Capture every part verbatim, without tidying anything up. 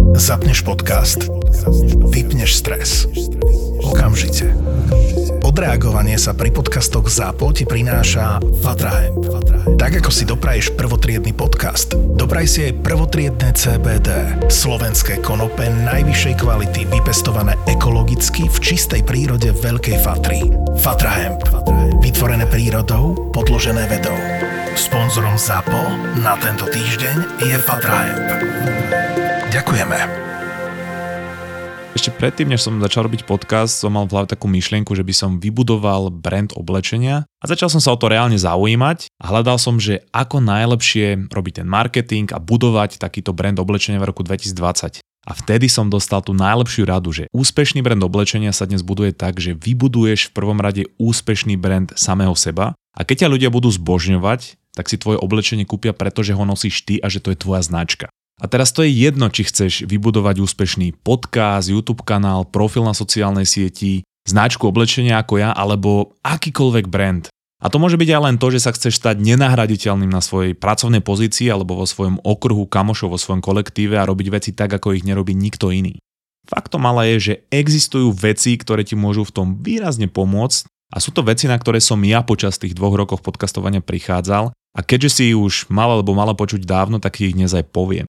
Zapneš podcast. Vypneš stres. Okamžite. Odreagovanie sa pri podcastoch ZAPO ti prináša Fatrahemp. Tak ako si dopraješ prvotriedny podcast, dopraj si aj prvotriedne cé bé dé. Slovenské konope najvyššej kvality, vypestované ekologicky v čistej prírode Veľkej Fatry. Fatrahemp. Vytvorené prírodou, podložené vedou. Sponzorom ZAPO na tento týždeň je Fatrahemp. Ďakujeme. Ešte predtým, než som začal robiť podcast, som mal v hlave takú myšlienku, že by som vybudoval brand oblečenia a začal som sa o to reálne zaujímať a hľadal som, že ako najlepšie robiť ten marketing a budovať takýto brand oblečenia v roku dvetisícdvadsať. A vtedy som dostal tú najlepšiu radu, že úspešný brand oblečenia sa dnes buduje tak, že vybuduješ v prvom rade úspešný brand samého seba a keď ťa ľudia budú zbožňovať, tak si tvoje oblečenie kúpia, pretože ho nosíš ty a že to je tvoja značka. A teraz to je jedno, či chceš vybudovať úspešný podcast, YouTube kanál, profil na sociálnej sieti, značku oblečenia ako ja, alebo akýkoľvek brand. A to môže byť aj len to, že sa chceš stať nenahraditeľným na svojej pracovnej pozícii alebo vo svojom okruhu kamošov, vo svojom kolektíve a robiť veci tak, ako ich nerobí nikto iný. Faktom ale je, že existujú veci, ktoré ti môžu v tom výrazne pomôcť a sú to veci, na ktoré som ja počas tých dvoch rokov podcastovania prichádzal. A keďže si už mal alebo mala počuť dávno, tak ich dnes aj poviem.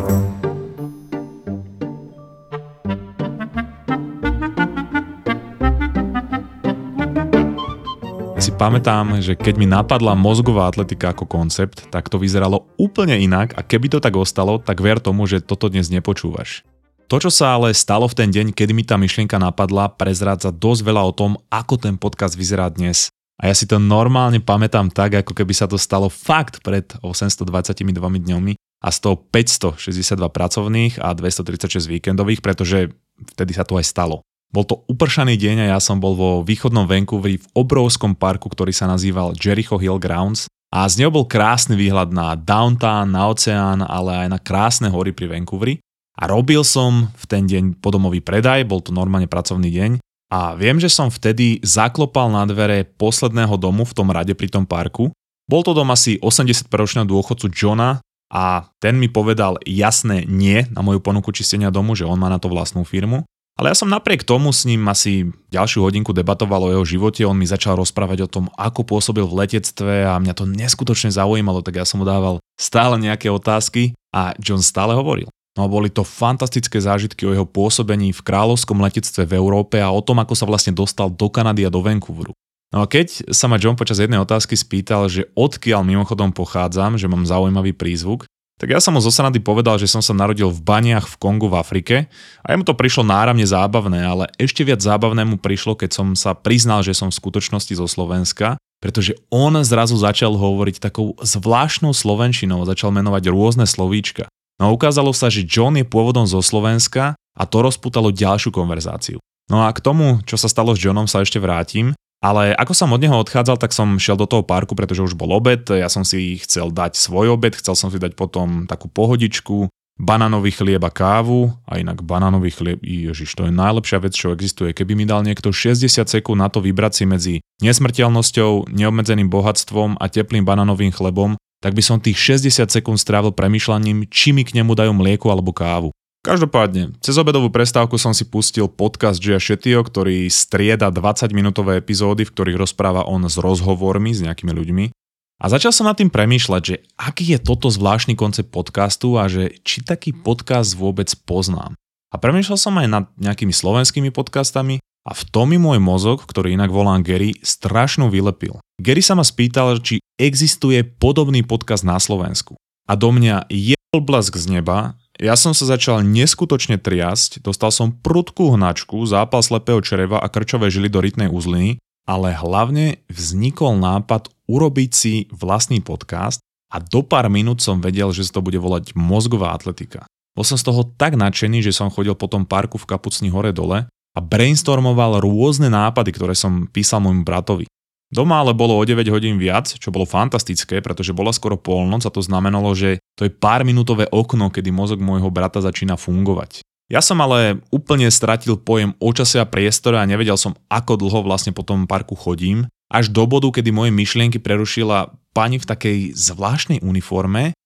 Si pamätám, že keď mi napadla mozgová atletika ako koncept, tak to vyzeralo úplne inak a keby to tak ostalo, tak ver tomu, že toto dnes nepočúvaš. To, čo sa ale stalo v ten deň, kedy mi tá myšlienka napadla, prezrádza dosť veľa o tom, ako ten podcast vyzerá dnes. A ja si to normálne pamätám tak, ako keby sa to stalo fakt pred osemstodvadsaťdva dňami a z toho päťstošesťdesiatdva pracovných a dvestotridsaťšesť víkendových, pretože vtedy sa to aj stalo. Bol to upršaný deň a ja som bol vo východnom Vancouveri v obrovskom parku, ktorý sa nazýval Jericho Hill Grounds a z neho bol krásny výhľad na downtown, na oceán, ale aj na krásne hory pri Vancouveri. A robil som v ten deň podomový predaj, bol to normálne pracovný deň. A viem, že som vtedy zaklopal na dvere posledného domu v tom rade pri tom parku. Bol to dom asi osemdesiatpäťročného dôchodcu Johna a ten mi povedal jasné nie na moju ponuku čistenia domu, že on má na to vlastnú firmu. Ale ja som napriek tomu s ním asi ďalšiu hodinku debatoval o jeho živote, on mi začal rozprávať o tom, ako pôsobil v letectve a mňa to neskutočne zaujímalo, tak ja som mu dával stále nejaké otázky a John stále hovoril. No a boli to fantastické zážitky o jeho pôsobení v kráľovskom letectve v Európe a o tom, ako sa vlastne dostal do Kanady a do Vancouveru. No a keď sa ma John počas jednej otázky spýtal, že odkiaľ mimochodom pochádzam, že mám zaujímavý prízvuk, tak ja som mu zo srandy povedal, že som sa narodil v baniach v Kongu v Afrike a jemu to prišlo náramne zábavné, ale ešte viac zábavné mu prišlo, keď som sa priznal, že som v skutočnosti zo Slovenska, pretože on zrazu začal hovoriť takou zvláštnou slovenčinou, začal menovať rôzne slovíčka. No a ukázalo sa, že John je pôvodom zo Slovenska a to rozpútalo ďalšiu konverzáciu. No a k tomu, čo sa stalo s Johnom, sa ešte vrátim, ale ako som od neho odchádzal, tak som šiel do toho parku, pretože už bol obed, ja som si chcel dať svoj obed, chcel som si dať potom takú pohodičku, banánový chlieb a kávu, a inak banánový chlieb, ježiš, to je najlepšia vec, čo existuje. Keby mi dal niekto šesťdesiat sekúnd na to vybrať si medzi nesmrteľnosťou, neobmedzeným bohatstvom a teplým banánovým chlebom, tak by som tých šesťdesiat sekúnd strávil premýšľaním, či mi k nemu dajú mlieko alebo kávu. Každopádne, cez obedovú prestávku som si pustil podcast Jaya Shettyho, ktorý strieda dvadsaťminútové epizódy, v ktorých rozpráva on s rozhovormi s nejakými ľuďmi. A začal som nad tým premýšľať, že aký je toto zvláštny koncept podcastu a že či taký podcast vôbec poznám. A premýšľal som aj nad nejakými slovenskými podcastami a v tom mi môj mozog, ktorý inak volám Gary, strašnú vylepil. Gary sa ma spýtal, či existuje podobný podcast na Slovensku. A do mňa jebol blask z neba, ja som sa začal neskutočne triasť, dostal som prudkú hnačku, zápal slepého čreva a krčové žily do rytnej uzliny, ale hlavne vznikol nápad urobiť si vlastný podcast a do pár minút som vedel, že sa to bude volať mozgová atletika. Bol som z toho tak nadšený, že som chodil po tom parku v Kapucni hore dole a brainstormoval rôzne nápady, ktoré som písal môjmu bratovi. Doma ale bolo o deväť hodín viac, čo bolo fantastické, pretože bola skoro polnoc a to znamenalo, že to je pár minútové okno, kedy mozog môjho brata začína fungovať. Ja som ale úplne stratil pojem o čase a priestore a nevedel som, ako dlho vlastne po tom parku chodím, až do bodu, kedy moje myšlienky prerušila pani v takej zvláštnej uniforme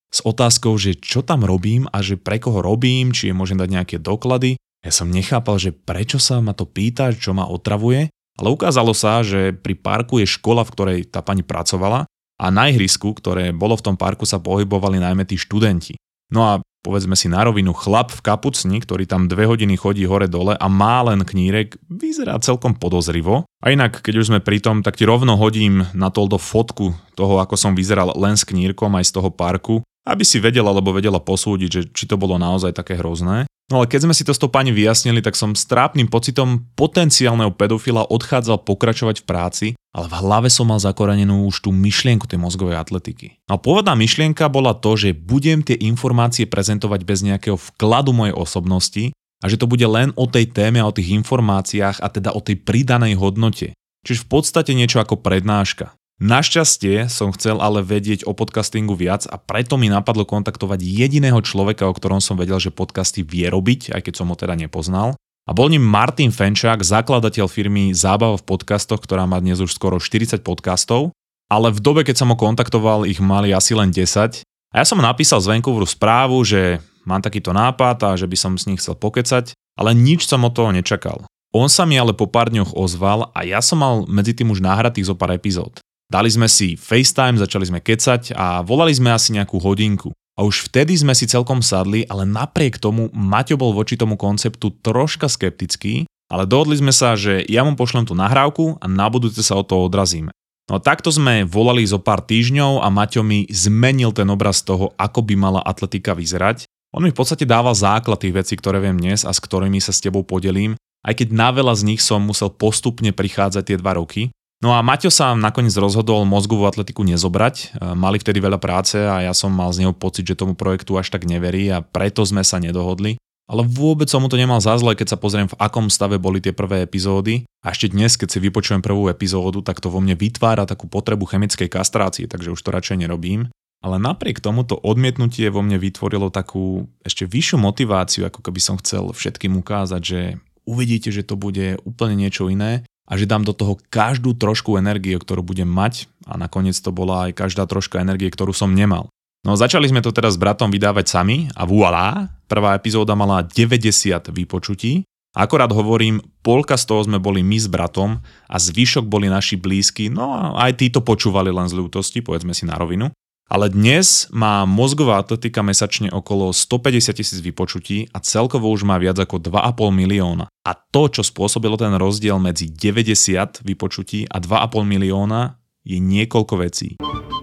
s otázkou, že čo tam robím a že pre koho robím, či je môžem dať nejaké doklady. Ja som nechápal, že prečo sa ma to pýta, čo ma otravuje, ale ukázalo sa, že pri parku je škola, v ktorej tá pani pracovala a na ihrisku, ktoré bolo v tom parku, sa pohybovali najmä tí študenti. No a povedzme si na rovinu, chlap v kapucni, ktorý tam dve hodiny chodí hore-dole a má len knírek, vyzerá celkom podozrivo. A inak, keď už sme pri tom, tak ti rovno hodím na toldo fotku toho, ako som vyzeral len s knírkom aj z toho parku, aby si vedela alebo vedela posúdiť, že či to bolo naozaj také hrozné. No ale keď sme si to s tou pani vyjasnili, tak som s trápnym pocitom potenciálneho pedofila odchádzal pokračovať v práci, ale v hlave som mal zakorenenú už tú myšlienku tej mozgovej atletiky. No a pôvodná myšlienka bola to, že budem tie informácie prezentovať bez nejakého vkladu mojej osobnosti a že to bude len o tej téme a o tých informáciách a teda o tej pridanej hodnote. Čiže v podstate niečo ako prednáška. Našťastie som chcel ale vedieť o podcastingu viac a preto mi napadlo kontaktovať jediného človeka, o ktorom som vedel, že podcasty vie robiť, aj keď som ho teda nepoznal. A bol ním Martin Fenčák, zakladateľ firmy Zábava v podcastoch, ktorá má dnes už skoro štyridsať podcastov, ale v dobe, keď som ho kontaktoval, ich mali asi len desať. A ja som napísal z Vancouveru správu, že mám takýto nápad a že by som s ním chcel pokecať, ale nič som od toho nečakal. On sa mi ale po pár dňoch ozval a ja som mal medzi tým už nahratých zo pár epizód. Dali sme si FaceTime, začali sme kecať a volali sme asi nejakú hodinku. A už vtedy sme si celkom sadli, ale napriek tomu Maťo bol voči tomu konceptu troška skeptický, ale dohodli sme sa, že ja mu pošlem tú nahrávku a na budúce sa od toho odrazíme. No takto sme volali zo pár týždňov a Maťo mi zmenil ten obraz toho, ako by mala atletika vyzerať. On mi v podstate dával základ tých vecí, ktoré viem dnes a s ktorými sa s tebou podelím, aj keď na veľa z nich som musel postupne prichádzať tie dva roky. No a Maťo sa nakoniec rozhodol mozgovú atletiku nezobrať, mali vtedy veľa práce a ja som mal z neho pocit, že tomu projektu až tak neverí a preto sme sa nedohodli. Ale vôbec som mu to nemal za zle, keď sa pozriem, v akom stave boli tie prvé epizódy. A ešte dnes, keď si vypočujem prvú epizódu, tak to vo mne vytvára takú potrebu chemickej kastrácie, takže už to radšej nerobím. Ale napriek tomu to odmietnutie vo mne vytvorilo takú ešte vyššiu motiváciu, ako keby som chcel všetkým ukázať, že uvidíte, že to bude úplne niečo iné. A že dám do toho každú trošku energie, ktorú budem mať a nakoniec to bola aj každá troška energie, ktorú som nemal. No začali sme to teraz s bratom vydávať sami a voilà, prvá epizóda mala deväťdesiat vypočutí. Akorát hovorím, polka z toho sme boli my s bratom a zvyšok boli naši blízky, no a aj tí to počúvali len z ľútosti, povedzme si na rovinu. Ale dnes má mozgová atletika mesačne okolo stopäťdesiat tisíc vypočutí a celkovo už má viac ako dva a pol milióna. A to, čo spôsobilo ten rozdiel medzi deväťdesiat vypočutí a dva a pol milióna, je niekoľko vecí.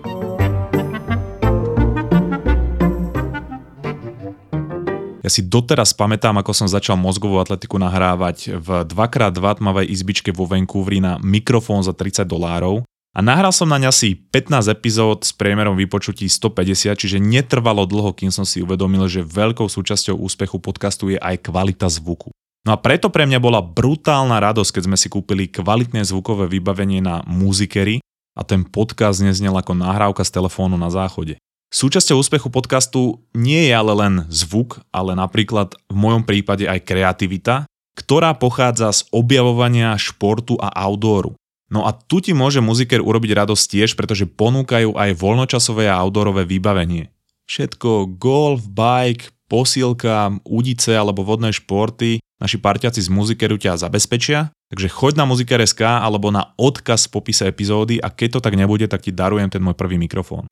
Ja si doteraz pamätám, ako som začal mozgovú atletiku nahrávať v dva krát dva tmavej izbičke vo Vancouveri na mikrofón za tridsať dolárov. A nahral som naň asi pätnásť epizód s priemerom vypočutí stopäťdesiat, čiže netrvalo dlho, kým som si uvedomil, že veľkou súčasťou úspechu podcastu je aj kvalita zvuku. No a preto pre mňa bola brutálna radosť, keď sme si kúpili kvalitné zvukové vybavenie na Musikery a ten podcast neznel ako nahrávka z telefónu na záchode. Súčasťou úspechu podcastu nie je ale len zvuk, ale napríklad v mojom prípade aj kreativita, ktorá pochádza z objavovania športu a outdooru. No a tu ti môže Musiker urobiť radosť tiež, pretože ponúkajú aj voľnočasové a outdoorové vybavenie. Všetko golf, bike, posilka, udice alebo vodné športy, naši parťaci z Musikeru ťa zabezpečia, takže choď na musiker bodka es ká alebo na odkaz v popise epizódy a keď to tak nebude, tak ti darujem ten môj prvý mikrofón.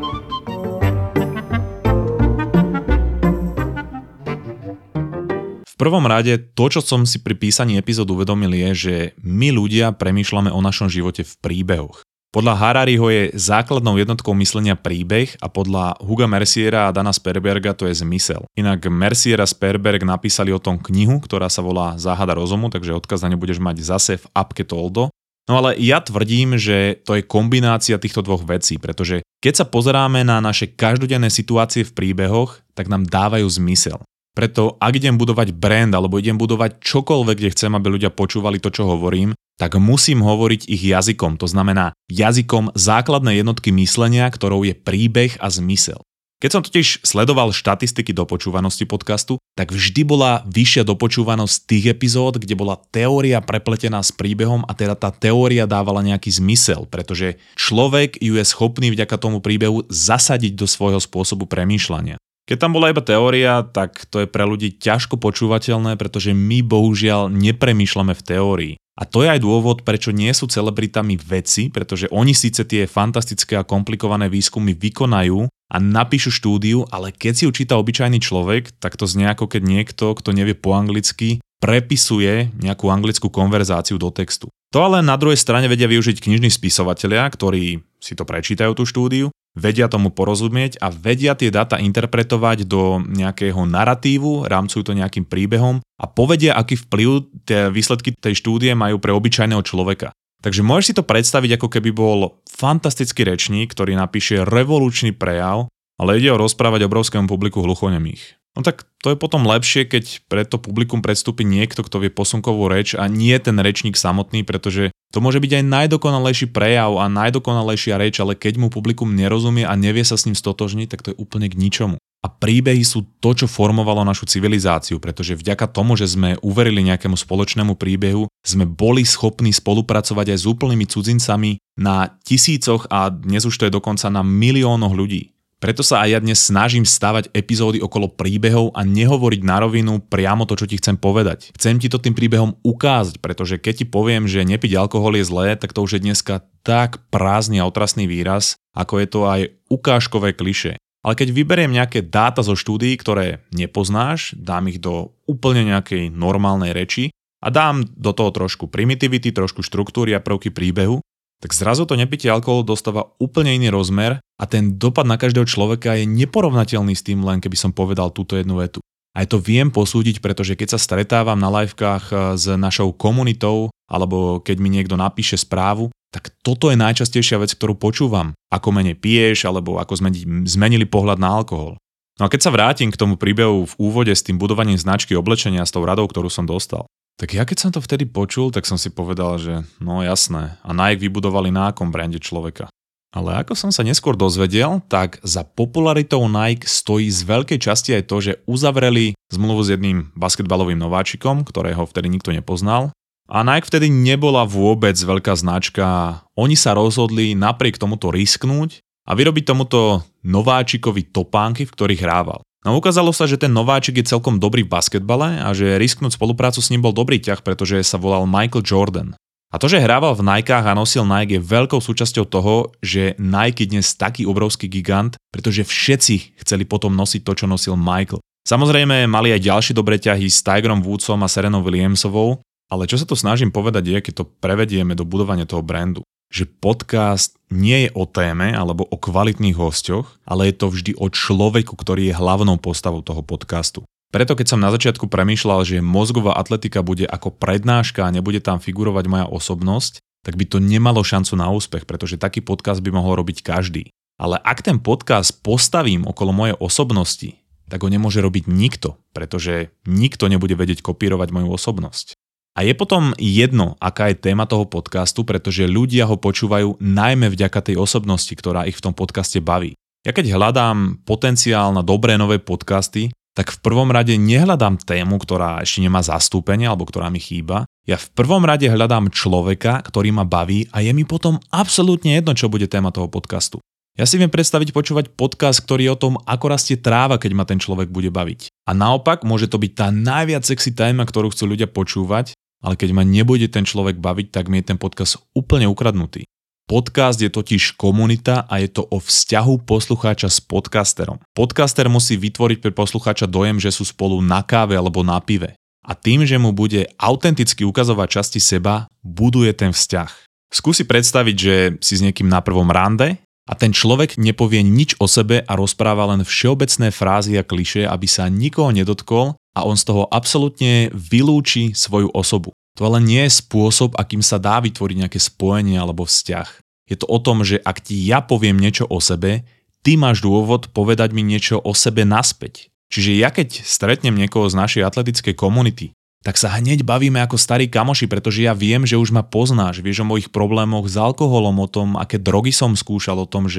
V prvom rade to, čo som si pri písaní epizód uvedomil je, že my ľudia premýšľame o našom živote v príbehoch. Podľa Harariho je základnou jednotkou myslenia príbeh a podľa Huga Merciera a Dana Sperberga to je zmysel. Inak Mercier a Sperberg napísali o tom knihu, ktorá sa volá Záhada rozumu, takže odkaz na ňu budeš mať zase v apke Toldo. No ale ja tvrdím, že to je kombinácia týchto dvoch vecí, pretože keď sa pozeráme na naše každodenné situácie v príbehoch, tak nám dávajú zmysel. Preto ak idem budovať brand alebo idem budovať čokoľvek, kde chcem, aby ľudia počúvali to, čo hovorím, tak musím hovoriť ich jazykom, to znamená jazykom základnej jednotky myslenia, ktorou je príbeh a zmysel. Keď som totiž sledoval štatistiky dopočúvanosti podcastu, tak vždy bola vyššia dopočúvanosť tých epizód, kde bola teória prepletená s príbehom a teda tá teória dávala nejaký zmysel, pretože človek ju je schopný vďaka tomu príbehu zasadiť do svojho spôsobu premýšľania. Keď tam bola iba teória, tak to je pre ľudí ťažko počúvateľné, pretože my bohužiaľ nepremýšľame v teórii. A to je aj dôvod, prečo nie sú celebritami vedci, pretože oni síce tie fantastické a komplikované výskumy vykonajú a napíšu štúdiu, ale keď si ju číta obyčajný človek, tak to znie ako keď niekto, kto nevie po anglicky, prepisuje nejakú anglickú konverzáciu do textu. To ale na druhej strane vedia využiť knižní spisovatelia, ktorí si to prečítajú tú štúdiu, vedia tomu porozumieť a vedia tie dáta interpretovať do nejakého naratívu, rámcujú to nejakým príbehom a povedia, aký vplyv tie výsledky tej štúdie majú pre obyčajného človeka. Takže môžeš si to predstaviť, ako keby bol fantastický rečník, ktorý napíše revolučný prejav, ale ide o rozprávať obrovskému publiku hluchonemých. No tak to je potom lepšie, keď pred to publikum predstúpi niekto, kto vie posunkovú reč a nie ten rečník samotný, pretože to môže byť aj najdokonalejší prejav a najdokonalejšia reč, ale keď mu publikum nerozumie a nevie sa s ním stotožniť, tak to je úplne k ničomu. A príbehy sú to, čo formovalo našu civilizáciu, pretože vďaka tomu, že sme uverili nejakému spoločnému príbehu, sme boli schopní spolupracovať aj s úplnými cudzincami na tisícoch a dnes už to je dokonca na miliónoch ľudí. Preto sa aj ja dnes snažím stavať epizódy okolo príbehov a nehovoriť na rovinu priamo to, čo ti chcem povedať. Chcem ti to tým príbehom ukázať, pretože keď ti poviem, že nepiť alkohol je zlé, tak to už je dneska tak prázdny a otrasný výraz, ako je to aj ukážkové klišé. Ale keď vyberiem nejaké dáta zo štúdií, ktoré nepoznáš, dám ich do úplne nejakej normálnej reči a dám do toho trošku primitivity, trošku štruktúry a prvky príbehu, tak zrazu to nepitie alkohol dostáva úplne iný rozmer a ten dopad na každého človeka je neporovnateľný s tým, len keby som povedal túto jednu vetu. Aj to viem posúdiť, pretože keď sa stretávam na livekách s našou komunitou alebo keď mi niekto napíše správu, tak toto je najčastejšia vec, ktorú počúvam. Ako menej piješ alebo ako sme zmenili pohľad na alkohol. No a keď sa vrátim k tomu príbehu v úvode s tým budovaním značky oblečenia s tou radou, ktorú som dostal, tak ja keď som to vtedy počul, tak som si povedal, že no jasné, a Nike vybudovali na akom brande človeka. Ale ako som sa neskôr dozvedel, tak za popularitou Nike stojí z veľkej časti aj to, že uzavreli zmluvu s jedným basketbalovým nováčikom, ktorého vtedy nikto nepoznal. A Nike vtedy nebola vôbec veľká značka. Oni sa rozhodli napriek tomuto risknúť a vyrobiť tomuto nováčikovi topánky, v ktorých hrával. No ukázalo sa, že ten nováčik je celkom dobrý v basketbale a že risknúť spoluprácu s ním bol dobrý ťah, pretože sa volal Michael Jordan. A to, že hrával v Nikách a nosil Nike, je veľkou súčasťou toho, že Nike je dnes taký obrovský gigant, pretože všetci chceli potom nosiť to, čo nosil Michael. Samozrejme, mali aj ďalšie dobré ťahy s Tigerom Woodsom a Serenou Williamsovou, ale čo sa tu snažím povedať je, keď to prevedieme do budovania toho brandu, že podcast nie je o téme alebo o kvalitných hosťoch, ale je to vždy o človeku, ktorý je hlavnou postavou toho podcastu. Preto keď som na začiatku premýšľal, že mozgová atletika bude ako prednáška a nebude tam figurovať moja osobnosť, tak by to nemalo šancu na úspech, pretože taký podcast by mohol robiť každý. Ale ak ten podcast postavím okolo mojej osobnosti, tak ho nemôže robiť nikto, pretože nikto nebude vedieť kopírovať moju osobnosť. A je potom jedno, aká je téma toho podcastu, pretože ľudia ho počúvajú najmä vďaka tej osobnosti, ktorá ich v tom podcaste baví. Ja keď hľadám potenciál na dobré nové podcasty, tak v prvom rade nehľadám tému, ktorá ešte nemá zastúpenie alebo ktorá mi chýba. Ja v prvom rade hľadám človeka, ktorý ma baví a je mi potom absolútne jedno, čo bude téma toho podcastu. Ja si viem predstaviť počúvať podcast, ktorý je o tom, ako rastie tráva, keď ma ten človek bude baviť. A naopak môže to byť tá najviac sexy téma, ktorú chcú ľudia počúvať, ale keď ma nebude ten človek baviť, tak mi je ten podcast úplne ukradnutý. Podcast je totiž komunita a je to o vzťahu poslucháča s podcasterom. Podcaster musí vytvoriť pre poslucháča dojem, že sú spolu na káve alebo na pive. A tým, že mu bude autenticky ukazovať časti seba, buduje ten vzťah. Skúsi predstaviť, že si s niekým na prvom rande a ten človek nepovie nič o sebe a rozpráva len všeobecné frázy a klišé, aby sa nikoho nedotkol a on z toho absolútne vylúči svoju osobu. To ale nie je spôsob, akým sa dá vytvoriť nejaké spojenie alebo vzťah. Je to o tom, že ak ti ja poviem niečo o sebe, ty máš dôvod povedať mi niečo o sebe naspäť. Čiže ja keď stretnem niekoho z našej atletickej komunity, tak sa hneď bavíme ako starí kamoši, pretože ja viem, že už ma poznáš, vieš o mojich problémoch s alkoholom, o tom, aké drogy som skúšal, o tom, že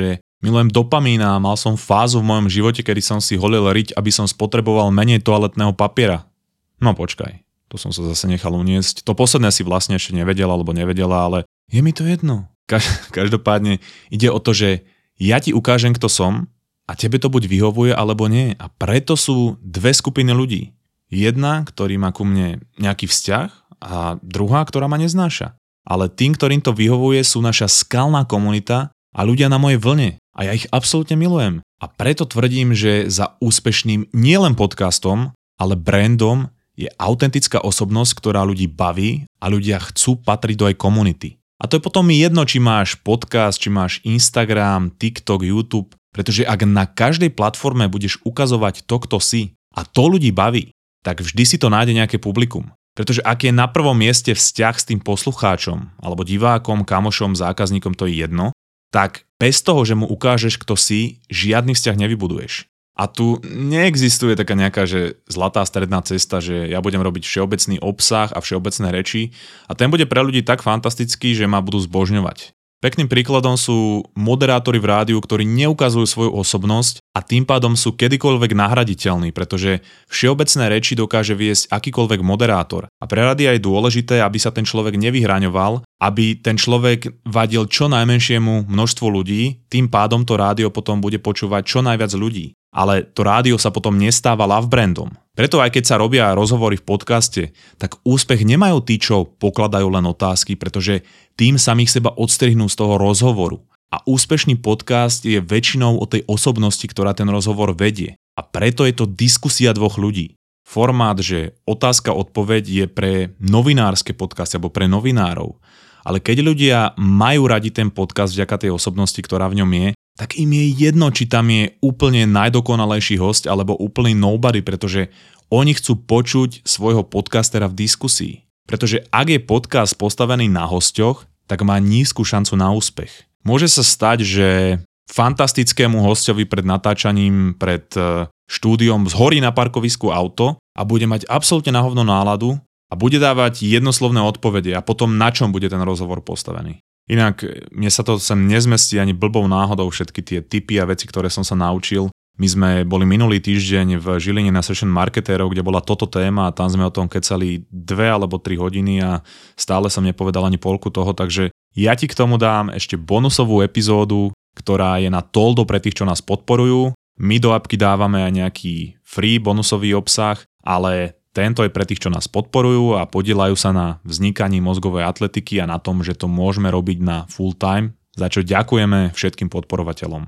Milujem dopamín a mal som fázu v mojom živote, kedy som si holil riť, aby som spotreboval menej toaletného papiera. No počkaj, to som sa zase nechal uniesť. To posledné si vlastne ešte nevedela alebo nevedela, ale je mi to jedno. Každopádne ide o to, že ja ti ukážem, kto som a tebe to buď vyhovuje alebo nie. A preto sú dve skupiny ľudí. Jedna, ktorý má ku mne nejaký vzťah a druhá, ktorá ma neznáša. Ale tým, ktorým to vyhovuje, sú naša skalná komunita a ľudia na mojej vlne. A ja ich absolútne milujem. A preto tvrdím, že za úspešným nielen podcastom, ale brandom je autentická osobnosť, ktorá ľudí baví a ľudia chcú patriť do aj komunity. A to je potom jedno, či máš podcast, či máš Instagram, TikTok, YouTube, pretože ak na každej platforme budeš ukazovať to, kto si, a to ľudí baví, tak vždy si to nájde nejaké publikum. Pretože ak je na prvom mieste vzťah s tým poslucháčom, alebo divákom, kamošom, zákazníkom, to je jedno, tak bez toho, že mu ukážeš, kto si, žiadny vzťah nevybuduješ. A tu neexistuje taká nejaká, že zlatá stredná cesta, že ja budem robiť všeobecný obsah a všeobecné reči a ten bude pre ľudí tak fantastický, že ma budú zbožňovať. Pekným príkladom sú moderátori v rádiu, ktorí neukazujú svoju osobnosť a tým pádom sú kedykoľvek nahraditeľní, pretože všeobecné reči dokáže viesť akýkoľvek moderátor. A pre rádia je dôležité, aby sa ten človek nevyhraňoval, aby ten človek vadil čo najmenšiemu množstvu ľudí, tým pádom to rádio potom bude počúvať čo najviac ľudí. Ale to rádio sa potom nestáva love brandom. Preto aj keď sa robia rozhovory v podcaste, tak úspech nemajú tí, čo pokladajú len otázky, pretože tým samých seba odstrihnú z toho rozhovoru. A úspešný podcast je väčšinou o tej osobnosti, ktorá ten rozhovor vedie. A preto je to diskusia dvoch ľudí. Formát, že otázka-odpoveď je pre novinárske podcasty alebo pre novinárov. Ale keď ľudia majú radi ten podcast vďaka tej osobnosti, ktorá v ňom je, tak im je jedno, či tam je úplne najdokonalejší hosť alebo úplný nobody, pretože oni chcú počuť svojho podcastera v diskusii. Pretože ak je podcast postavený na hosťoch, tak má nízku šancu na úspech. Môže sa stať, že fantastickému hosťovi pred natáčaním, pred štúdiom zhorí na parkovisku auto a bude mať absolútne na hovno náladu a bude dávať jednoslovné odpovede a potom na čom bude ten rozhovor postavený. Inak mne sa to sem nezmestí ani blbou náhodou všetky tie tipy a veci, ktoré som sa naučil. My sme boli minulý týždeň v Žiline na session marketérov, kde bola toto téma a tam sme o tom kecali dve alebo tri hodiny a stále som nepovedal ani polku toho, takže ja ti k tomu dám ešte bonusovú epizódu, ktorá je na Toldo pre tých, čo nás podporujú. My do appky dávame aj nejaký free bonusový obsah, ale tento je pre tých, čo nás podporujú a podieľajú sa na vznikaní mozgovej atletiky a na tom, že to môžeme robiť na full time, za čo ďakujeme všetkým podporovateľom.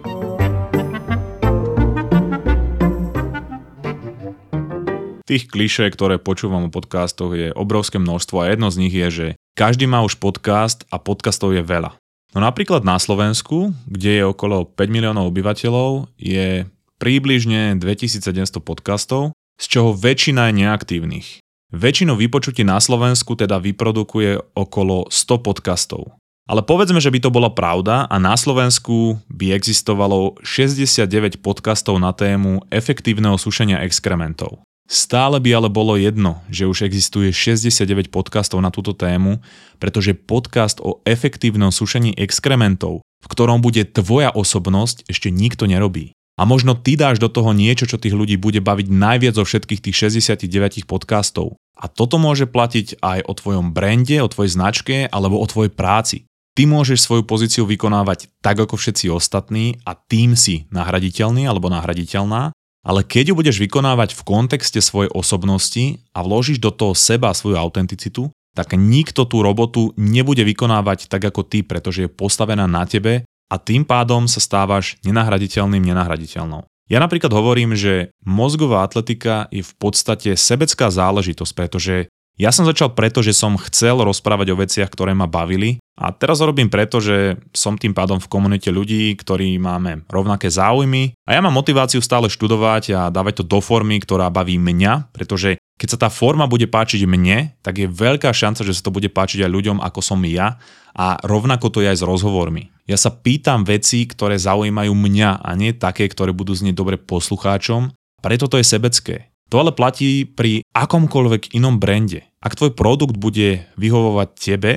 Tých klišé, ktoré počúvam o podcastoch, je obrovské množstvo a jedno z nich je, že každý má už podcast a podcastov je veľa. No napríklad na Slovensku, kde je okolo päť miliónov obyvateľov, je približne dvetisícsedemsto podcastov, z čoho väčšina je neaktívnych. Väčšinu vypočutí na Slovensku teda vyprodukuje okolo sto podcastov. Ale povedzme, že by to bola pravda a na Slovensku by existovalo šesťdesiatdeväť podcastov na tému efektívneho sušenia exkrementov. Stále by ale bolo jedno, že už existuje šesťdesiatdeväť podcastov na túto tému, pretože podcast o efektívnom sušení exkrementov, v ktorom bude tvoja osobnosť, ešte nikto nerobí. A možno ty dáš do toho niečo, čo tých ľudí bude baviť najviac zo všetkých tých šesťdesiatdeväť podcastov. A toto môže platiť aj o tvojom brande, o tvojej značke alebo o tvojej práci. Ty môžeš svoju pozíciu vykonávať tak ako všetci ostatní a tým si nahraditeľný alebo nahraditeľná, ale keď ju budeš vykonávať v kontexte svojej osobnosti a vložíš do toho seba svoju autenticitu, tak nikto tú robotu nebude vykonávať tak ako ty, pretože je postavená na tebe a tým pádom sa stávaš nenahraditeľným, nenahraditeľnou. Ja napríklad hovorím, že mozgová atletika je v podstate sebecká záležitosť, pretože ja som začal preto, že som chcel rozprávať o veciach, ktoré ma bavili a teraz ho robím preto, že som tým pádom v komunite ľudí, ktorí máme rovnaké záujmy a ja mám motiváciu stále študovať a dávať to do formy, ktorá baví mňa, pretože keď sa tá forma bude páčiť mne, tak je veľká šanca, že sa to bude páčiť aj ľuďom, ako som ja a rovnako to je aj s rozhovormi. Ja sa pýtam veci, ktoré zaujímajú mňa a nie také, ktoré budú znieť dobre poslucháčom, preto to je sebecké. To ale platí pri akomkoľvek inom brande. Ak tvoj produkt bude vyhovovať tebe,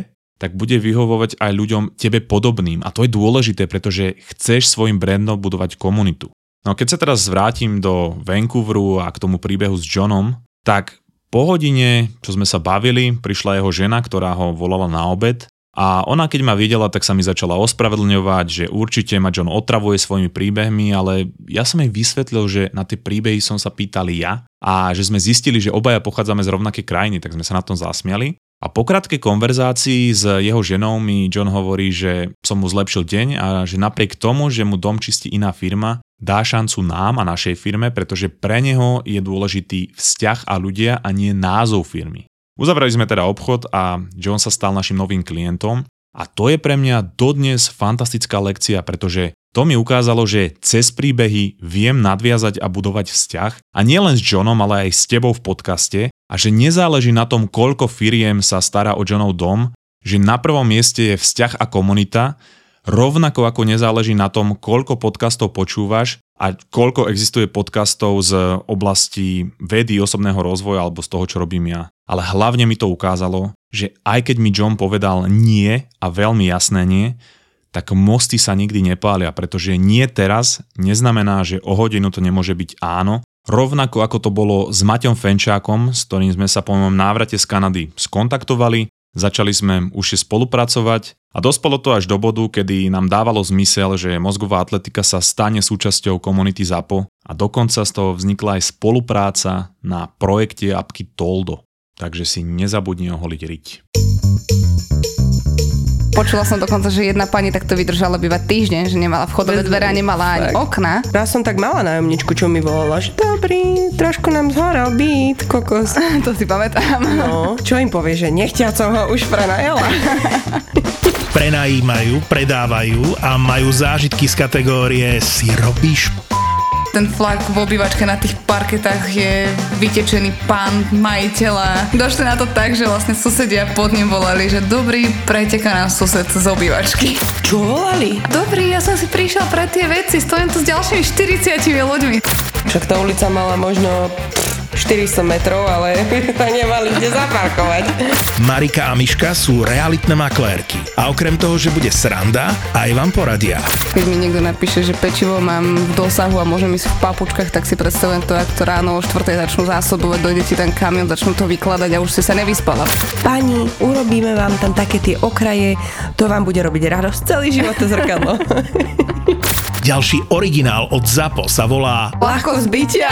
tak bude vyhovovať aj ľuďom tebe podobným. A to je dôležité, pretože chceš svojim brandom budovať komunitu. No keď sa teraz vrátim do Vancouveru a k tomu príbehu s Johnom, tak po hodine, čo sme sa bavili, prišla jeho žena, ktorá ho volala na obed. A ona, keď ma videla, tak sa mi začala ospravedlňovať, že určite ma John otravuje svojimi príbehmi, ale ja som jej vysvetlil, že na tie príbehy som sa pýtal ja a že sme zistili, že obaja pochádzame z rovnakej krajiny, tak sme sa na tom zasmiali. A po krátkej konverzácii s jeho ženou mi John hovorí, že som mu zlepšil deň a že napriek tomu, že mu dom čistí iná firma, dá šancu nám a našej firme, pretože pre neho je dôležitý vzťah a ľudia a nie názov firmy. Uzavreli sme teda obchod a John sa stal našim novým klientom a to je pre mňa dodnes fantastická lekcia, pretože to mi ukázalo, že cez príbehy viem nadviazať a budovať vzťah a nie len s Johnom, ale aj s tebou v podcaste a že nezáleží na tom, koľko firiem sa stará o Johnov dom, že na prvom mieste je vzťah a komunita, rovnako ako nezáleží na tom, koľko podcastov počúvaš a koľko existuje podcastov z oblasti vedy, osobného rozvoja alebo z toho, čo robím ja. Ale hlavne mi to ukázalo, že aj keď mi John povedal nie a veľmi jasné nie, tak mosty sa nikdy nepália, pretože nie teraz neznamená, že o hodinu to nemôže byť áno. Rovnako ako to bolo s Maťom Fenčákom, s ktorým sme sa po mojom návrate z Kanady skontaktovali, začali sme už spolupracovať a dospelo to až do bodu, kedy nám dávalo zmysel, že mozgová atletika sa stane súčasťou komunity ZAPO a dokonca z toho vznikla aj spolupráca na projekte apky Toldo. Takže si nezabudni oholiť riť. Počula som dokonca, že jedna pani takto vydržala bývať týždeň, že nemala vchodové dvere a nemala ani tak. Okna. Raz som tak mala nájomničku, čo mi volala, že dobrý, trošku nám zhoral byt, kokos. To si pamätám. No, čo im povie, že nechťa som ho už prenajala. Prenajímajú, predávajú a majú zážitky z kategórie si robíš. Ten flak v obývačke na tých parketách je vytečený pán majiteľa. Došli na to tak, že vlastne susedia pod ním volali, že dobrý, preteká nám sused z obývačky. Čo volali? Dobrý, ja som si prišiel pre tie veci, stojím tu s ďalšími štyridsiatimi ľuďmi. Však tá ulica mala možno štyristo metrov, ale nemali kde zaparkovať. Marika a Miška sú realitné maklérky a okrem toho, že bude sranda, aj vám poradia. Keď mi niekto napíše, že pečivo mám v dosahu a môžem ísť v papučkách, tak si predstavujem to, ako to ráno o štvrtej začnú zásobovať, dojde ti ten kamion, začnú to vykladať a už si sa nevyspala. Pani, urobíme vám tam také tie okraje, to vám bude robiť radosť celý život, to zrkadlo. Ďalší originál od ZAPO sa volá Ľahkosť bytia.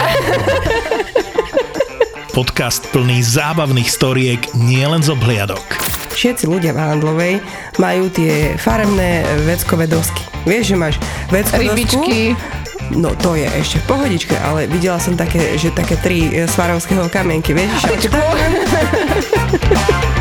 Podcast plný zábavných storiek nielen z obhliadok. Všetci ľudia v Handlovej majú tie farebné veckové dosky. Vieš, že máš veckové dosku? Rybičky. No to je ešte v pohodičke, ale videla som také, že také tri svarovského kamienky, vieš? Rybičku.